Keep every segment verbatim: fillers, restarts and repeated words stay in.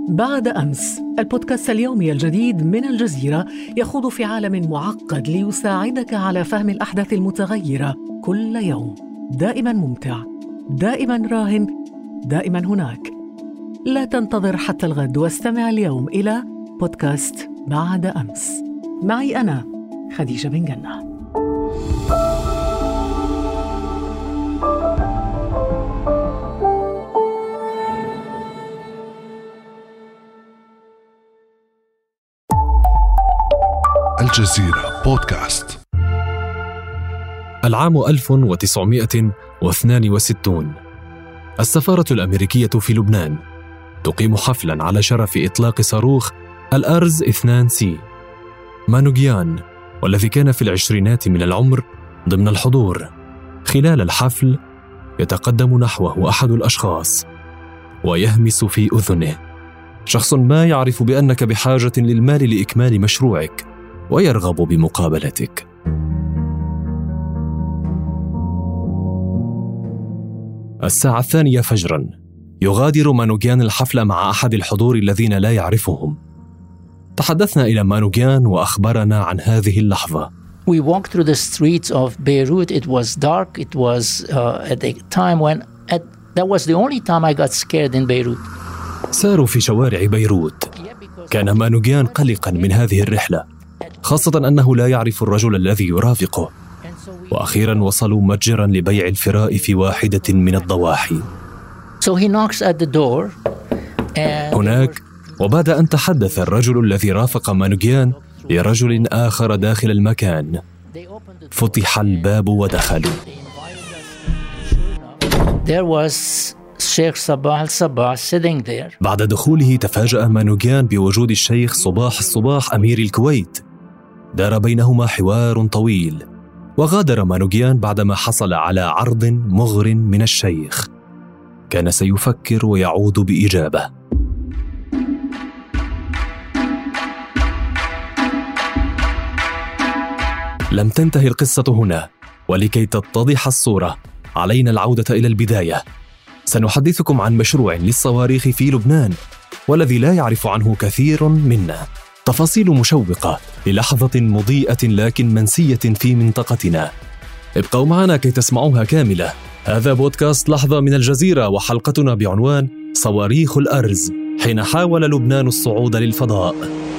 بعد أمس، البودكاست اليومي الجديد من الجزيرة يخوض في عالم معقد ليساعدك على فهم الأحداث المتغيرة كل يوم. دائما ممتع، دائما راهن، دائما هناك. لا تنتظر حتى الغد واستمع اليوم إلى بودكاست بعد أمس. معي أنا خديجة بن جنة. الجزيرة بودكاست. العام ألف وتسعمائة واثنين وستين. السفارة الأمريكية في لبنان تقيم حفلاً على شرف إطلاق صاروخ الأرز اثنين سي. مانوغيان، والذي كان في العشرينات من العمر، ضمن الحضور. خلال الحفل يتقدم نحوه أحد الأشخاص ويهمس في أذنه: شخص ما يعرف بأنك بحاجة للمال لإكمال مشروعك ويرغب بمقابلتك. الساعة الثانية فجراً يغادر مانوغيان الحفل مع أحد الحضور الذين لا يعرفهم. تحدثنا إلى مانوغيان وأخبرنا عن هذه اللحظة. We walked through the streets of Beirut. It was dark. It was uh, at a time when at, that was the only time I got scared in Beirut. ساروا في شوارع بيروت. كان مانوغيان قلقاً من هذه الرحلة، خاصة أنه لا يعرف الرجل الذي يرافقه. وأخيراً وصلوا متجراً لبيع الفراء في واحدة من الضواحي. So he knocks at the door. هناك، وبعد أن تحدث الرجل الذي رافق مانوغيان لرجل آخر داخل المكان، فتح الباب ودخلوا. There was Sheikh Sabah al-Sabah sitting there. بعد دخوله تفاجأ مانوغيان بوجود الشيخ صباح الصباح أمير الكويت. دار بينهما حوار طويل، وغادر مانوغيان بعدما حصل على عرض مغر من الشيخ. كان سيفكر ويعود بإجابة. لم تنتهي القصة هنا، ولكي تتضح الصورة علينا العودة إلى البداية. سنحدثكم عن مشروع للصواريخ في لبنان، والذي لا يعرف عنه كثير منا. تفاصيل مشوقة للحظة مضيئة لكن منسية في منطقتنا. ابقوا معنا كي تسمعوها كاملة. هذا بودكاست لحظة من الجزيرة، وحلقتنا بعنوان صواريخ الأرز حين حاول لبنان الصعود للفضاء.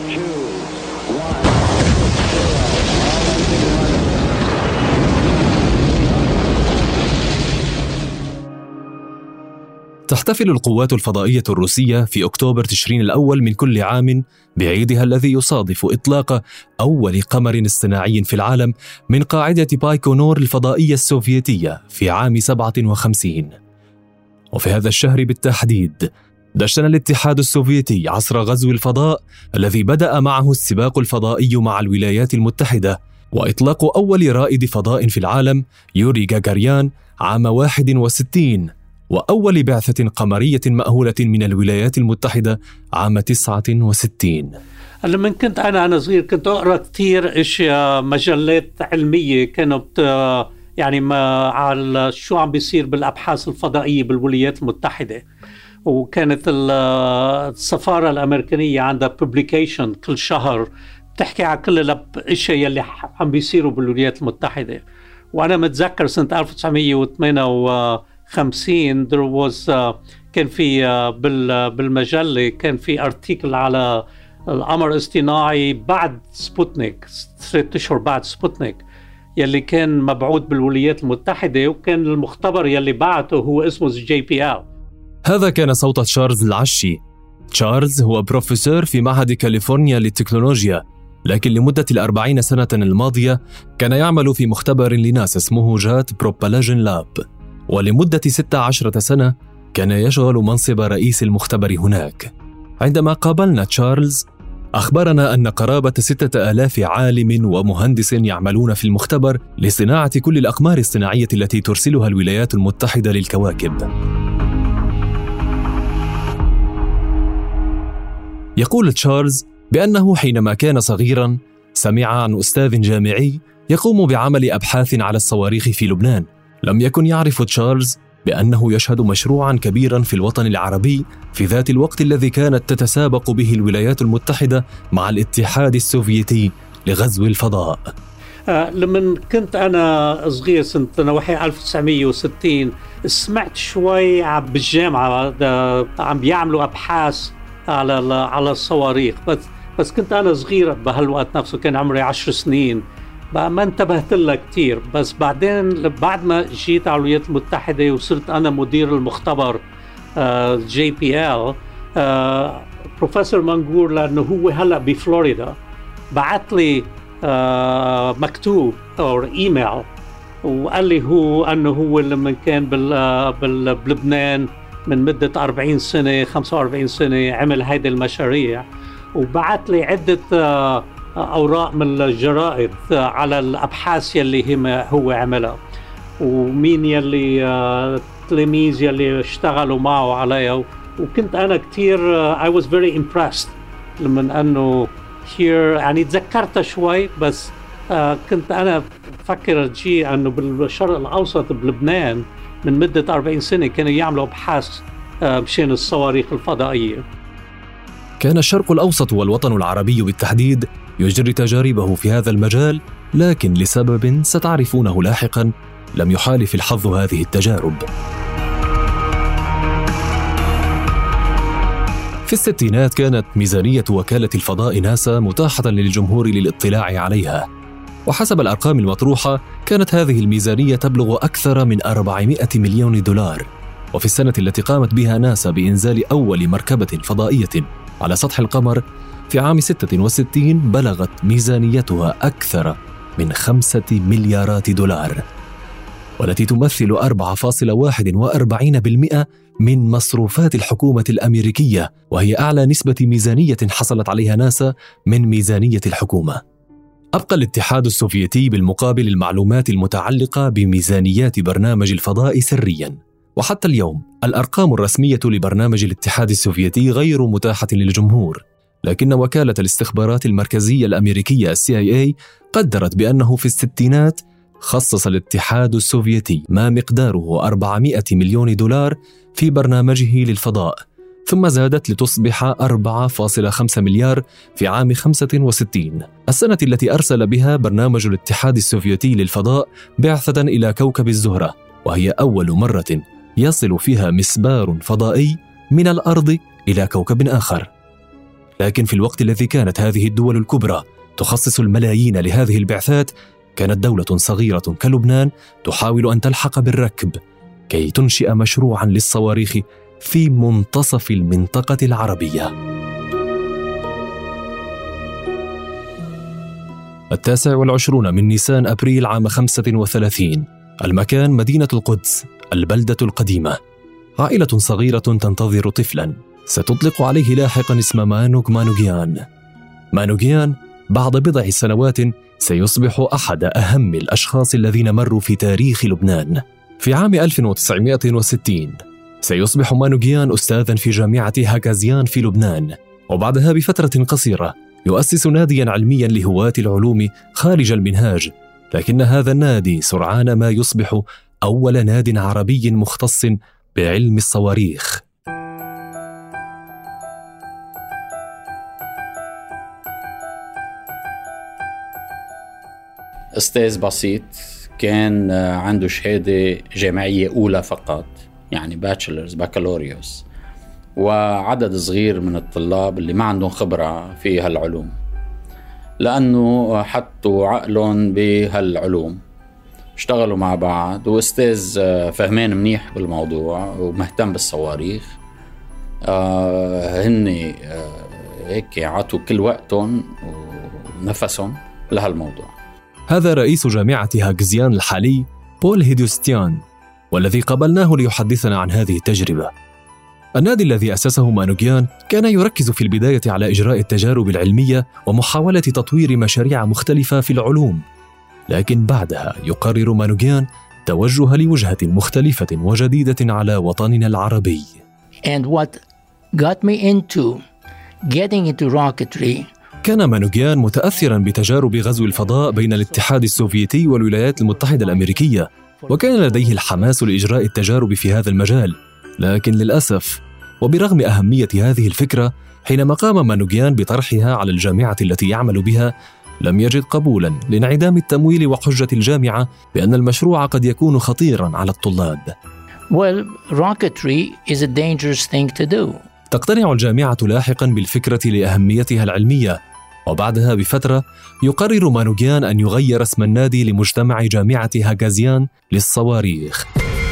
تحتفل القوات الفضائية الروسية في أكتوبر تشرين الأول من كل عام بعيدها الذي يصادف إطلاق أول قمر اصطناعي في العالم من قاعدة بايكونور الفضائية السوفيتية في عام سبعة وخمسين. وفي هذا الشهر بالتحديد دشن الاتحاد السوفيتي عصر غزو الفضاء الذي بدأ معه السباق الفضائي مع الولايات المتحدة وإطلاق أول رائد فضاء في العالم يوري غاغاريان عام واحد وستين، وأول بعثة قمرية مأهولة من الولايات المتحدة عام تسعة وستين. لما كنت أنا أنا صغير كنت أقرأ كتير أشياء مجلات علمية كانوا بت يعني ما على شو عم بيصير بالأبحاث الفضائية بالولايات المتحدة. وكانت السفارة الأمريكية عندها publication كل شهر بتحكي على كل الأشياء يلي عم بيصيروا بالولايات المتحدة. وأنا متذكر سنة ألف وتسعمائة وثمانية وخمسين there was uh, كان في uh, بال, بالمجلة كان في ارتيكل على القمر الاصطناعي بعد سبوتنيك، ثلاثة أشهر بعد سبوتنيك، يلي كان مبعوث بالولايات المتحدة، وكان المختبر يلي بعته هو اسمه جي بي إل. هذا كان صوت تشارلز العشي. تشارلز هو بروفيسور في معهد كاليفورنيا للتكنولوجيا، لكن لمدة الأربعين سنة الماضية كان يعمل في مختبر لناسا اسمه جات بروبالاجين لاب، ولمدة ستة عشر سنة كان يشغل منصب رئيس المختبر هناك. عندما قابلنا تشارلز أخبرنا أن قرابة ستة آلاف عالم ومهندس يعملون في المختبر لصناعة كل الأقمار الصناعية التي ترسلها الولايات المتحدة للكواكب. يقول تشارلز بأنه حينما كان صغيراً سمع عن أستاذ جامعي يقوم بعمل أبحاث على الصواريخ في لبنان. لم يكن يعرف تشارلز بأنه يشهد مشروعاً كبيراً في الوطن العربي في ذات الوقت الذي كانت تتسابق به الولايات المتحدة مع الاتحاد السوفيتي لغزو الفضاء. آه لما كنت أنا صغير سنة نواحي ألف وتسعمية وستين سمعت شوي بالجامعة عم بيعملوا أبحاث على على الصواريخ، بس بس كنت أنا صغير بهالوقت نفسه، كان عمري عشر سنين، ما انتبهت لها كتير. بس بعدين بعد ما جيت على الولايات المتحدة وصرت أنا مدير المختبر جي بي إل، بروفيسور مانجور لأنه هو هلأ بفلوريدا بعت لي آه مكتوب أو إيميل وقال لي هو أنه هو لما كان بال بلبنان من مدة أربعين سنة خمسة وأربعين سنة عمل هيدي المشاريع، وبعت لي عدة آه أوراق من الجرائد آه على الأبحاث يلي هو عملها، ومين يلي آه تلاميذ يلي اشتغلوا معه عليها. وكنت أنا كتير آه I was very impressed لما أنه here يعني تذكرتها شوي، بس آه كنت أنا فكر جي أنه بالشرق الأوسط بلبنان من مدة أربعين سنة كانوا يعملوا أبحاث آه مشان الصواريخ الفضائية. كان الشرق الأوسط والوطن العربي بالتحديد يجري تجاربه في هذا المجال، لكن لسبب ستعرفونه لاحقا لم يحالف الحظ هذه التجارب. في الستينات كانت ميزانية وكالة الفضاء ناسا متاحة للجمهور للاطلاع عليها، وحسب الأرقام المطروحة كانت هذه الميزانية تبلغ أكثر من أربعمائة مليون دولار. وفي السنة التي قامت بها ناسا بإنزال أول مركبة فضائية على سطح القمر في عام ستة وستين بلغت ميزانيتها أكثر من خمسة مليارات دولار، والتي تمثل أربعة فاصلة واحد وأربعين بالمئة من مصروفات الحكومة الأمريكية، وهي أعلى نسبة ميزانية حصلت عليها ناسا من ميزانية الحكومة. أبقى الاتحاد السوفيتي بالمقابل المعلومات المتعلقة بميزانيات برنامج الفضاء سرياً، وحتى اليوم الأرقام الرسمية لبرنامج الاتحاد السوفيتي غير متاحة للجمهور، لكن وكالة الاستخبارات المركزية الأمريكية السي آي إيه قدرت بأنه في الستينات خصص الاتحاد السوفيتي ما مقداره أربعمائة مليون دولار في برنامجه للفضاء، ثم زادت لتصبح أربعة فاصلة خمسة مليار في عام خمسة وستين، السنة التي أرسل بها برنامج الاتحاد السوفيتي للفضاء بعثة إلى كوكب الزهرة، وهي أول مرة يصل فيها مسبار فضائي من الأرض إلى كوكب آخر. لكن في الوقت الذي كانت هذه الدول الكبرى تخصص الملايين لهذه البعثات، كانت دولة صغيرة كلبنان تحاول أن تلحق بالركب كي تنشئ مشروعاً للصواريخ في منتصف المنطقة العربية. التاسع والعشرون من نيسان أبريل عام خمسة وثلاثين، المكان مدينة القدس، البلدة القديمة. عائلة صغيرة تنتظر طفلاً ستطلق عليه لاحقاً اسم مانوك مانوكيان. مانوكيان بعد بضع سنوات سيصبح أحد أهم الأشخاص الذين مروا في تاريخ لبنان. في عام ألف وتسعمائة وستين سيصبح مانوكيان أستاذاً في جامعة هاكازيان في لبنان، وبعدها بفترة قصيرة يؤسس نادياً علمياً لهواة العلوم خارج المنهاج، لكن هذا النادي سرعان ما يصبح أول ناد عربي مختص بعلم الصواريخ. أستاذ بسيط كان عنده شهادة جامعية أولى فقط، يعني باتشلرز بكالوريوس، وعدد صغير من الطلاب اللي ما عندهم خبرة في هالعلوم، لأنه حطوا عقلهم بهالعلوم، اشتغلوا مع بعض، وأستاذ فهمان منيح بالموضوع ومهتم بالصواريخ. آه هن آه هيك عطوا كل وقتهم ونفسهم لهالموضوع. هذا رئيس جامعة هاكزيان الحالي بول هيدوستيان، والذي قبلناه ليحدثنا عن هذه التجربة. النادي الذي أسسه مانوكيان كان يركز في البداية على إجراء التجارب العلمية ومحاولة تطوير مشاريع مختلفة في العلوم، لكن بعدها يقرر مانوكيان توجه لوجهة مختلفة وجديدة على وطننا العربي. And what got me into getting into rocketry. كان مانوكيان متأثراً بتجارب غزو الفضاء بين الاتحاد السوفيتي والولايات المتحدة الأمريكية، وكان لديه الحماس لإجراء التجارب في هذا المجال. لكن للأسف، وبرغم أهمية هذه الفكرة، حينما قام مانوكيان بطرحها على الجامعة التي يعمل بها، لم يجد قبولاً لانعدام التمويل وحجة الجامعة بأن المشروع قد يكون خطيراً على الطلاب. Well, rocketry is a dangerous thing to do. تقتنع الجامعة لاحقاً بالفكرة لأهميتها العلمية، وبعدها بفترة يقرر مانوكيان أن يغير اسم النادي لمجتمع جامعة هاغازيان للصواريخ.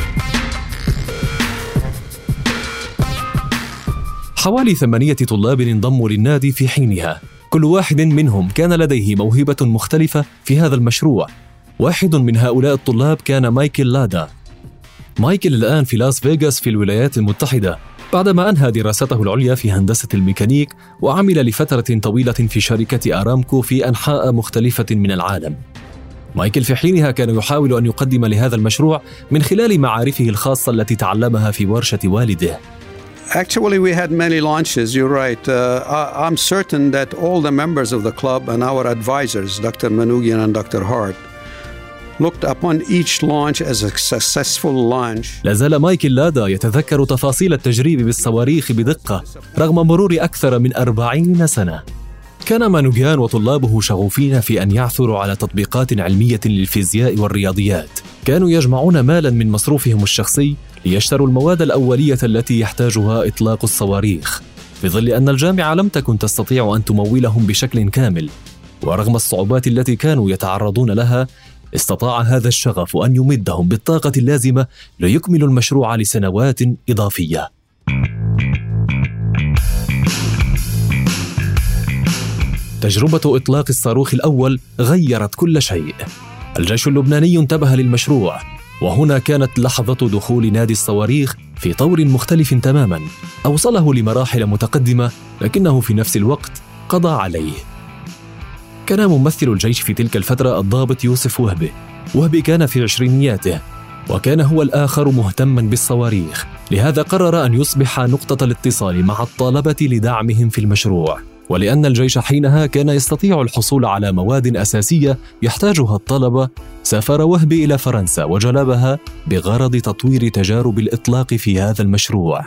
حوالي ثمانية طلاب انضموا للنادي في حينها، كل واحد منهم كان لديه موهبة مختلفة في هذا المشروع. واحد من هؤلاء الطلاب كان مايكل لادا. مايكل الآن في لاس فيغاس في الولايات المتحدة، بعدما أنهى دراسته العليا في هندسة الميكانيك وعمل لفترة طويلة في شركة أرامكو في أنحاء مختلفة من العالم. مايكل في حينها كان يحاول أن يقدم لهذا المشروع من خلال معارفه الخاصة التي تعلمها في ورشة والده. Actually, we had many launches, you're right. Uh, I'm certain that all the members of the club and our advisors, Doctor Manoogian and Doctor Hart, looked upon each launch as a successful launch. لا زال مايكل لادا يتذكر تفاصيل التجريب بالصواريخ بدقة رغم مرور أكثر من أربعين سنة. كان مانوكيان وطلابه شغوفين في أن يعثروا على تطبيقات علمية للفيزياء والرياضيات. كانوا يجمعون مالاً من مصروفهم الشخصي ليشتروا المواد الأولية التي يحتاجها إطلاق الصواريخ، في ظل أن الجامعة لم تكن تستطيع أن تمولهم بشكل كامل. ورغم الصعوبات التي كانوا يتعرضون لها، استطاع هذا الشغف أن يمدهم بالطاقة اللازمة ليكملوا المشروع لسنوات إضافية. تجربة إطلاق الصاروخ الأول غيرت كل شيء. الجيش اللبناني انتبه للمشروع، وهنا كانت لحظة دخول نادي الصواريخ في طور مختلف تماماً، أوصله لمراحل متقدمة، لكنه في نفس الوقت قضى عليه. كان ممثل الجيش في تلك الفترة الضابط يوسف وهبي. وهبي كان في عشرينياته، وكان هو الآخر مهتماً بالصواريخ، لهذا قرر أن يصبح نقطة الاتصال مع الطلبة لدعمهم في المشروع. ولأن الجيش حينها كان يستطيع الحصول على مواد أساسية يحتاجها الطلبة، سافر وهبي إلى فرنسا وجلبها بغرض تطوير تجارب الإطلاق في هذا المشروع.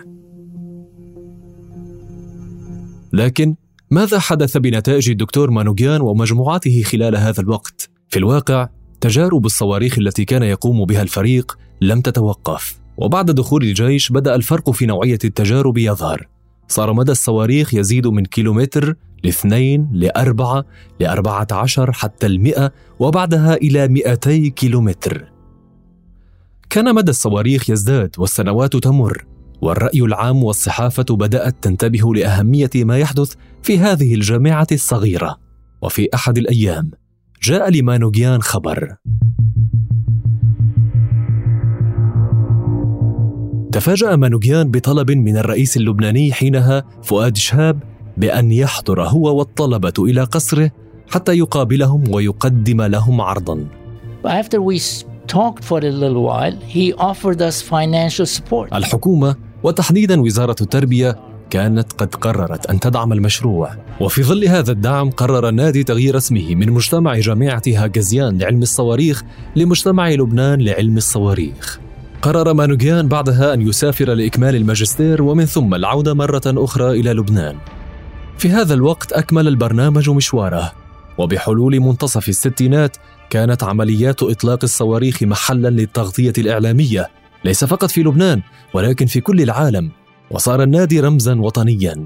لكن ماذا حدث بنتائج الدكتور مانوكيان ومجموعاته خلال هذا الوقت؟ في الواقع، تجارب الصواريخ التي كان يقوم بها الفريق لم تتوقف، وبعد دخول الجيش بدأ الفرق في نوعية التجارب يظهر. صار مدى الصواريخ يزيد من كيلومتر لاثنين لأربعة لأربعة عشر حتى المئة، وبعدها إلى مئتي كيلومتر. كان مدى الصواريخ يزداد والسنوات تمر، والرأي العام والصحافة بدأت تنتبه لأهمية ما يحدث في هذه الجامعة الصغيرة. وفي أحد الأيام جاء لمانوكيان خبر. تفاجأ مانوكيان بطلب من الرئيس اللبناني حينها فؤاد شهاب بأن يحضر هو والطلبة إلى قصره حتى يقابلهم ويقدم لهم عرضاً. After we talked for a little while, he offered us financial support. الحكومة وتحديداً وزارة التربية كانت قد قررت أن تدعم المشروع، وفي ظل هذا الدعم قرر النادي تغيير اسمه من مجتمع جامعة هاغازيان لعلم الصواريخ لمجتمع لبنان لعلم الصواريخ. قرر مانوكيان بعدها أن يسافر لإكمال الماجستير ومن ثم العودة مرة أخرى إلى لبنان. في هذا الوقت أكمل البرنامج مشواره، وبحلول منتصف الستينات كانت عمليات إطلاق الصواريخ محلاً للتغطية الإعلامية، ليس فقط في لبنان ولكن في كل العالم، وصار النادي رمزاً وطنياً.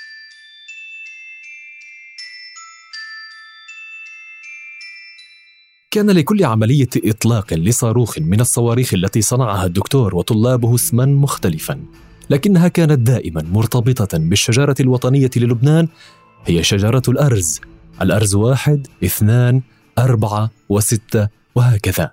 كان لكل عملية إطلاق لصاروخ من الصواريخ التي صنعها الدكتور وطلابه اسماً مختلفاً، لكنها كانت دائماً مرتبطة بالشجرة الوطنية للبنان، هي شجرة الأرز. الأرز واحد، اثنان، أربعة وستة وهكذا.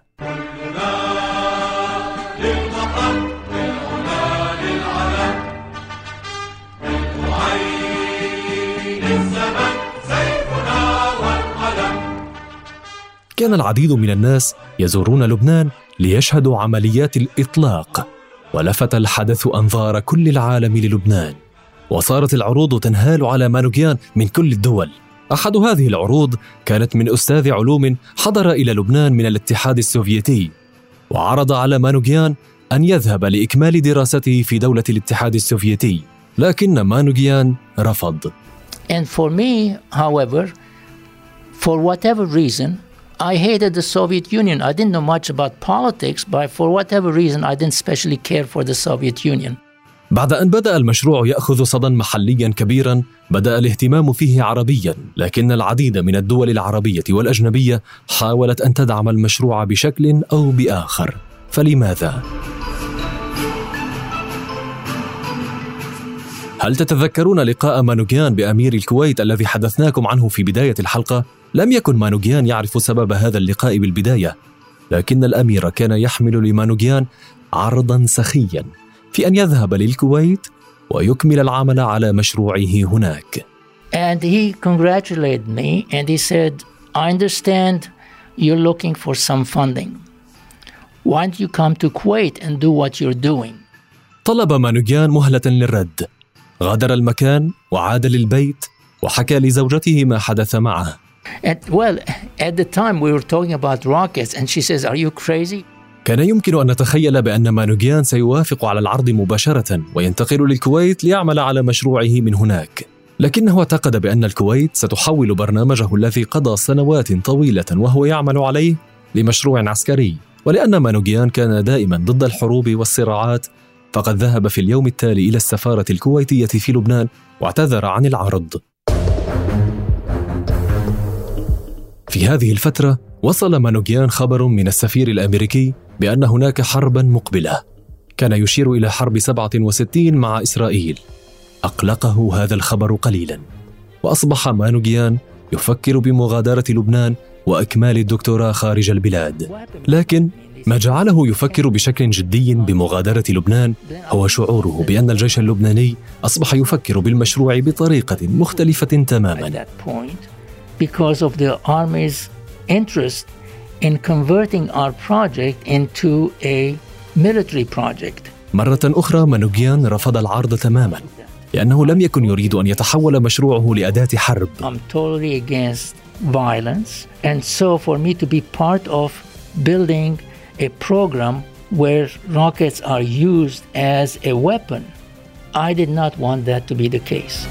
كان العديد من الناس يزورون لبنان ليشهدوا عمليات الإطلاق، ولفت الحدث أنظار كل العالم للبنان، وصارت العروض تنهال على مانوكيان من كل الدول. أحد هذه العروض كانت من أستاذ علوم حضر إلى لبنان من الاتحاد السوفيتي. وعرض على مانوكيان أن يذهب لإكمال دراسته في دولة الاتحاد السوفيتي، لكن مانوكيان رفض. And for me, however, for whatever reason, I hated the Soviet Union. I didn't know much about politics, but for whatever reason, I didn't especially care for the Soviet Union. بعد أن بدأ المشروع يأخذ صدى محليا كبيرا، بدأ الاهتمام فيه عربيا، لكن العديد من الدول العربية والأجنبية حاولت أن تدعم المشروع بشكل أو بآخر. فلماذا؟ هل تتذكرون لقاء مانوكيان بأمير الكويت الذي حدثناكم عنه في بداية الحلقة؟ لم يكن مانوكيان يعرف سبب هذا اللقاء بالبداية، لكن الأمير كان يحمل لمانوكيان عرضا سخيا في أن يذهب للكويت ويكمل العمل على مشروعه هناك. And he congratulated me and he said, I understand you're looking for some funding. Why don't you come to Kuwait and do what you're doing? طلب مانوكيان مهلة للرد. غادر المكان وعاد للبيت وحكى لزوجته ما حدث معه. And well, at the time we were talking about rockets and she says, are you crazy? كان يمكن أن نتخيل بأن مانوكيان سيوافق على العرض مباشرة وينتقل للكويت ليعمل على مشروعه من هناك، لكنه اعتقد بأن الكويت ستحول برنامجه الذي قضى سنوات طويلة وهو يعمل عليه لمشروع عسكري. ولأن مانوكيان كان دائما ضد الحروب والصراعات، فقد ذهب في اليوم التالي إلى السفارة الكويتية في لبنان واعتذر عن العرض. في هذه الفترة وصل مانوكيان خبر من السفير الأمريكي بأن هناك حربا مقبلة، كان يشير إلى حرب سبعة وستين مع إسرائيل. أقلقه هذا الخبر قليلا، وأصبح مانوكيان يفكر بمغادرة لبنان وإكمال الدكتوراه خارج البلاد. لكن ما جعله يفكر بشكل جدي بمغادرة لبنان هو شعوره بأن الجيش اللبناني أصبح يفكر بالمشروع بطريقة مختلفة تماما. Because of the army's interest in converting our project into a military project. مرة أخرى مانوكيان رفض العرض تماما، لأنه لم يكن يريد أن يتحول مشروعه لأداة حرب. I'm totally against violence, and so for me to be part of building a program where rockets are used as a weapon, I did not want that to be the case.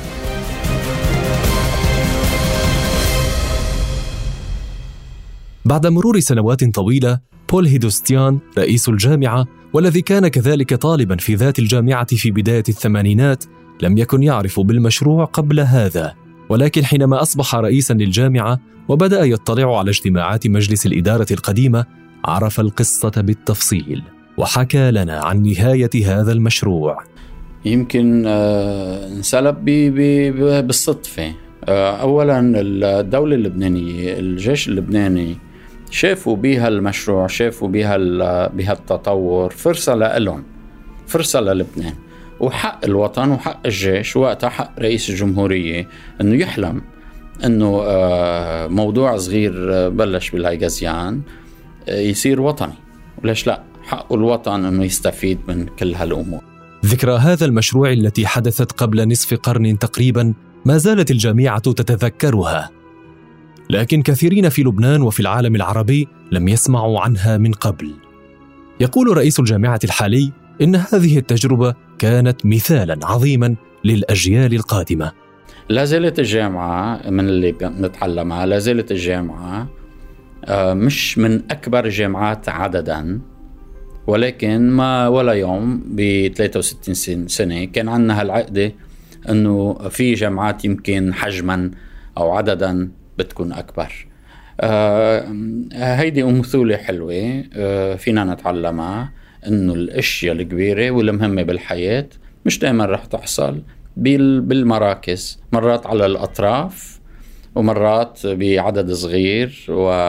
بعد مرور سنوات طويلة، بول هيدوستيان رئيس الجامعة والذي كان كذلك طالبا في ذات الجامعة في بداية الثمانينات لم يكن يعرف بالمشروع قبل هذا، ولكن حينما أصبح رئيسا للجامعة وبدأ يطلع على اجتماعات مجلس الإدارة القديمة عرف القصة بالتفصيل وحكى لنا عن نهاية هذا المشروع. يمكن انسلب بالصدفة. أولا الدولة اللبنانية، الجيش اللبناني شافوا بها المشروع، شافوا بها بها التطور فرصة لهم، فرصة للبنان، وحق الوطن وحق الجيش وقتها حق رئيس الجمهورية أنه يحلم أنه موضوع صغير بلش بالهيجزيان يصير وطني. وليش لا؟ حق الوطن أنه يستفيد من كل هالأمور. ذكرى هذا المشروع التي حدثت قبل نصف قرن تقريبا ما زالت الجامعة تتذكرها، لكن كثيرين في لبنان وفي العالم العربي لم يسمعوا عنها من قبل. يقول رئيس الجامعة الحالي إن هذه التجربة كانت مثالا عظيما للأجيال القادمة. لا زالت الجامعة من اللي نتعلمها، لا زالت الجامعة مش من أكبر الجامعات عددا، ولكن ما ولا يوم ب ثلاثة وستين سنة كان عندنا هالعقدة أنه في جامعات يمكن حجما أو عددا بتكون أكبر. آه هيدي أمثلة حلوة آه فينا نتعلمها، أنه الأشياء الكبيرة والمهمة بالحياة مش دائما رح تحصل بالمراكز، مرات على الأطراف ومرات بعدد صغير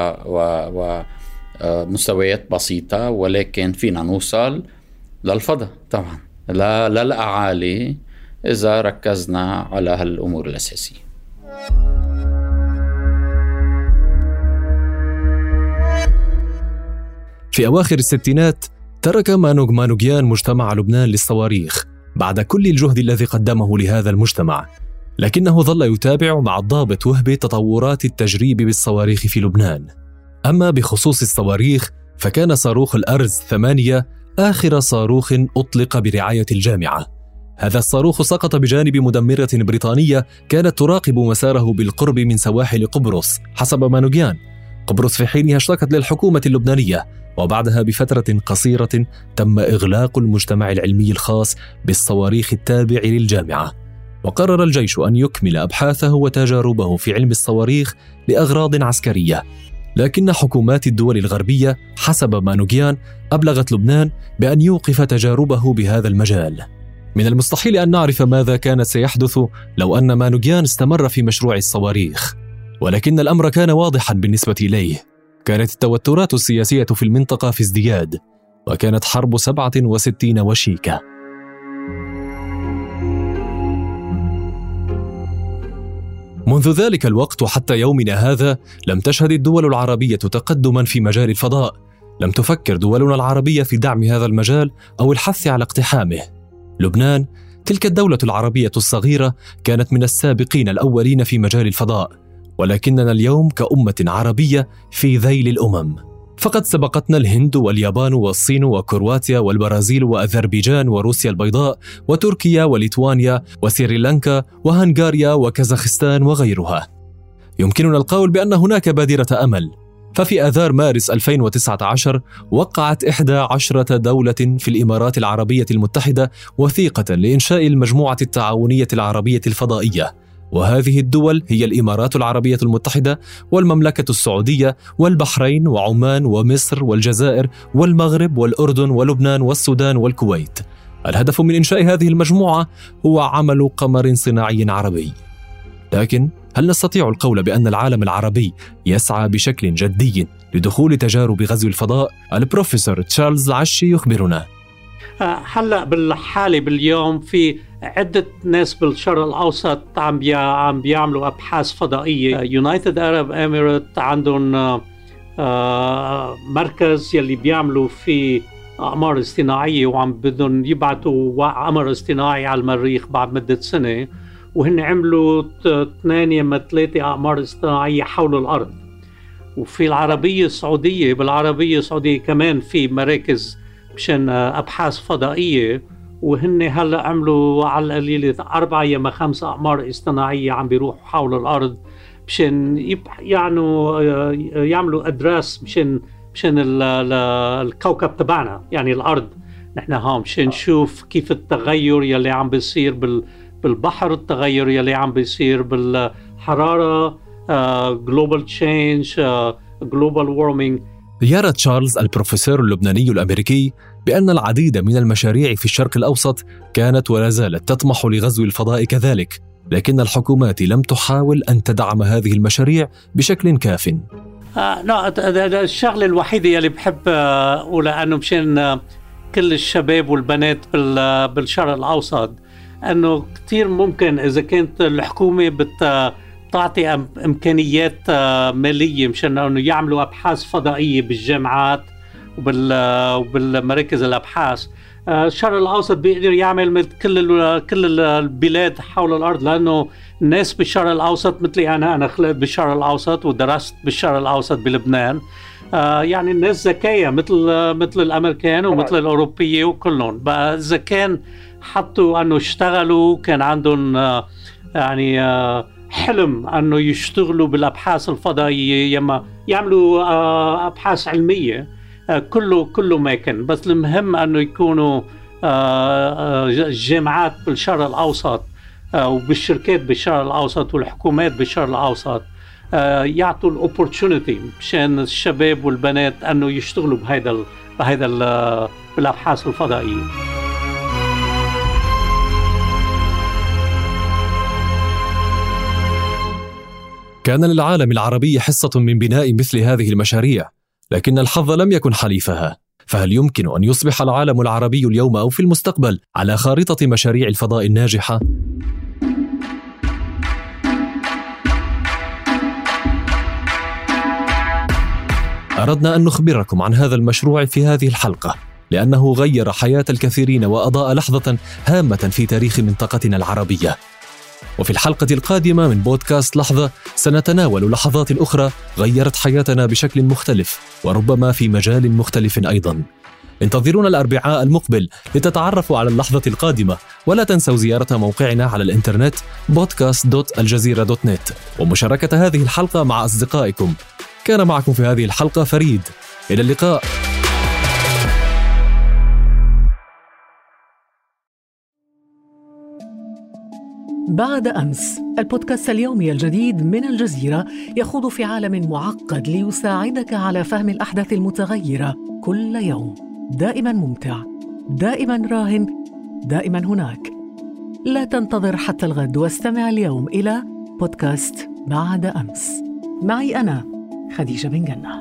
ومستويات بسيطة، ولكن فينا نوصل للفضاء طبعا، لا للأعالي إذا ركزنا على هالأمور الأساسية. في أواخر الستينات ترك مانوك مانوكيان مجتمع لبنان للصواريخ بعد كل الجهد الذي قدمه لهذا المجتمع، لكنه ظل يتابع مع الضابط وهبي تطورات التجريب بالصواريخ في لبنان. أما بخصوص الصواريخ فكان صاروخ الأرز ثمانية آخر صاروخ أطلق برعاية الجامعة. هذا الصاروخ سقط بجانب مدمرة بريطانية كانت تراقب مساره بالقرب من سواحل قبرص. حسب مانوغيان، قبرص في حينها اشتكت للحكومة اللبنانية، وبعدها بفترة قصيرة تم إغلاق المجتمع العلمي الخاص بالصواريخ التابع للجامعة، وقرر الجيش أن يكمل أبحاثه وتجاربه في علم الصواريخ لأغراض عسكرية. لكن حكومات الدول الغربية حسب مانوغيان أبلغت لبنان بأن يوقف تجاربه بهذا المجال. من المستحيل أن نعرف ماذا كان سيحدث لو أن مانوغيان استمر في مشروع الصواريخ، ولكن الأمر كان واضحا بالنسبة إليه. كانت التوترات السياسية في المنطقة في ازدياد، وكانت حرب سبعة وستين وشيكة. منذ ذلك الوقت وحتى يومنا هذا لم تشهد الدول العربية تقدما في مجال الفضاء. لم تفكر دولنا العربية في دعم هذا المجال أو الحث على اقتحامه. لبنان، تلك الدولة العربية الصغيرة، كانت من السابقين الأولين في مجال الفضاء، ولكننا اليوم كأمة عربية في ذيل الأمم. فقد سبقتنا الهند واليابان والصين وكرواتيا والبرازيل وأذربيجان وروسيا البيضاء وتركيا وليتوانيا وسريلانكا وهنغاريا وكازاخستان وغيرها. يمكننا القول بأن هناك بادرة أمل، ففي آذار مارس ألفين وتسعة عشر وقعت إحدى عشرة دولة في الإمارات العربية المتحدة وثيقة لإنشاء المجموعة التعاونية العربية الفضائية، وهذه الدول هي الإمارات العربية المتحدة والمملكة السعودية والبحرين وعمان ومصر والجزائر والمغرب والأردن ولبنان والسودان والكويت. الهدف من إنشاء هذه المجموعة هو عمل قمر صناعي عربي. لكن هل نستطيع القول بأن العالم العربي يسعى بشكل جدي لدخول تجارب غزو الفضاء؟ البروفيسور تشارلز العشي يخبرنا. هلأ بالحالة باليوم في عدة ناس بالشرق الأوسط عم بي عم بيعملوا أبحاث فضائية. يونايتد أرب إميرات عندهم مركز يلي بيعملوا فيه أقمار اصطناعية، وعم بدهم يبعثوا قمر اصطناعي على المريخ بعد مدة سنة، وهن عملوا اثنين ما ثلاثة أقمار اصطناعية حول الأرض. وفي العربية السعودية بالعربية السعودية كمان في مراكز مشان أبحاث فضائية، وهن هلأ عملوا على القليلة أربعة يا خمسة أقمار اصطناعية عم بيروحوا حول الأرض مشان يعني يعملوا أدراس مشان مشان الكوكب تبعنا، يعني الأرض نحن هون، مشان نشوف كيف التغير يلي عم بيصير بال بالبحر، التغير يلي عم بيصير بالحرارة، global change، global warming. يرى تشارلز البروفيسور اللبناني الأمريكي بأن العديد من المشاريع في الشرق الأوسط كانت ولا زالت تطمح لغزو الفضاء كذلك، لكن الحكومات لم تحاول أن تدعم هذه المشاريع بشكل كاف. آه لا الشغلة الوحيدة يلي بحب أقولها أنه مشان كل الشباب والبنات بالشرق الأوسط، أنه كتير ممكن إذا كانت الحكومة بت تعطي إمكانيات مالية مشان أنه يعملوا أبحاث فضائية بالجامعات وبالمراكز الأبحاث. الشرق الأوسط بيقدر يعمل مثل كل كل البلاد حول الأرض، لأنه الناس بالشرق الأوسط مثلي أنا أنا خلقت بالشرق الأوسط ودرست بالشرق الأوسط بلبنان، يعني الناس ذكية مثل مثل الأمريكان ومثل الأوروبية وكلهم. بقى إذا كان حطوا أنه اشتغلوا، كان عندهم يعني حلم أنه يشتغلوا بالأبحاث الفضائية، يما يعملوا أبحاث علمية، كله كله ما كان. بس المهم أنه يكونوا الجامعات بالشرق الأوسط وبالشركات بالشرق الأوسط والحكومات بالشرق الأوسط يعطوا الأوبورتشونيتي مشان الشباب والبنات أنه يشتغلوا بهذا بهذا بالأبحاث الفضائية. كان للعالم العربي حصة من بناء مثل هذه المشاريع، لكن الحظ لم يكن حليفها. فهل يمكن أن يصبح العالم العربي اليوم أو في المستقبل على خارطة مشاريع الفضاء الناجحة؟ أردنا أن نخبركم عن هذا المشروع في هذه الحلقة، لأنه غير حياة الكثيرين وأضاء لحظة هامة في تاريخ منطقتنا العربية. وفي الحلقة القادمة من بودكاست لحظة سنتناول لحظات أخرى غيرت حياتنا بشكل مختلف وربما في مجال مختلف أيضاً. انتظرونا الأربعاء المقبل لتتعرفوا على اللحظة القادمة، ولا تنسوا زيارة موقعنا على الإنترنت بودكاست دوت الجزيرة دوت نت ومشاركة هذه الحلقة مع أصدقائكم. كان معكم في هذه الحلقة فريد، إلى اللقاء. بعد أمس، البودكاست اليومي الجديد من الجزيرة يخوض في عالم معقد ليساعدك على فهم الأحداث المتغيرة كل يوم. دائما ممتع، دائما راهن، دائما هناك. لا تنتظر حتى الغد واستمع اليوم إلى بودكاست بعد أمس. معي أنا خديجة بن جنة.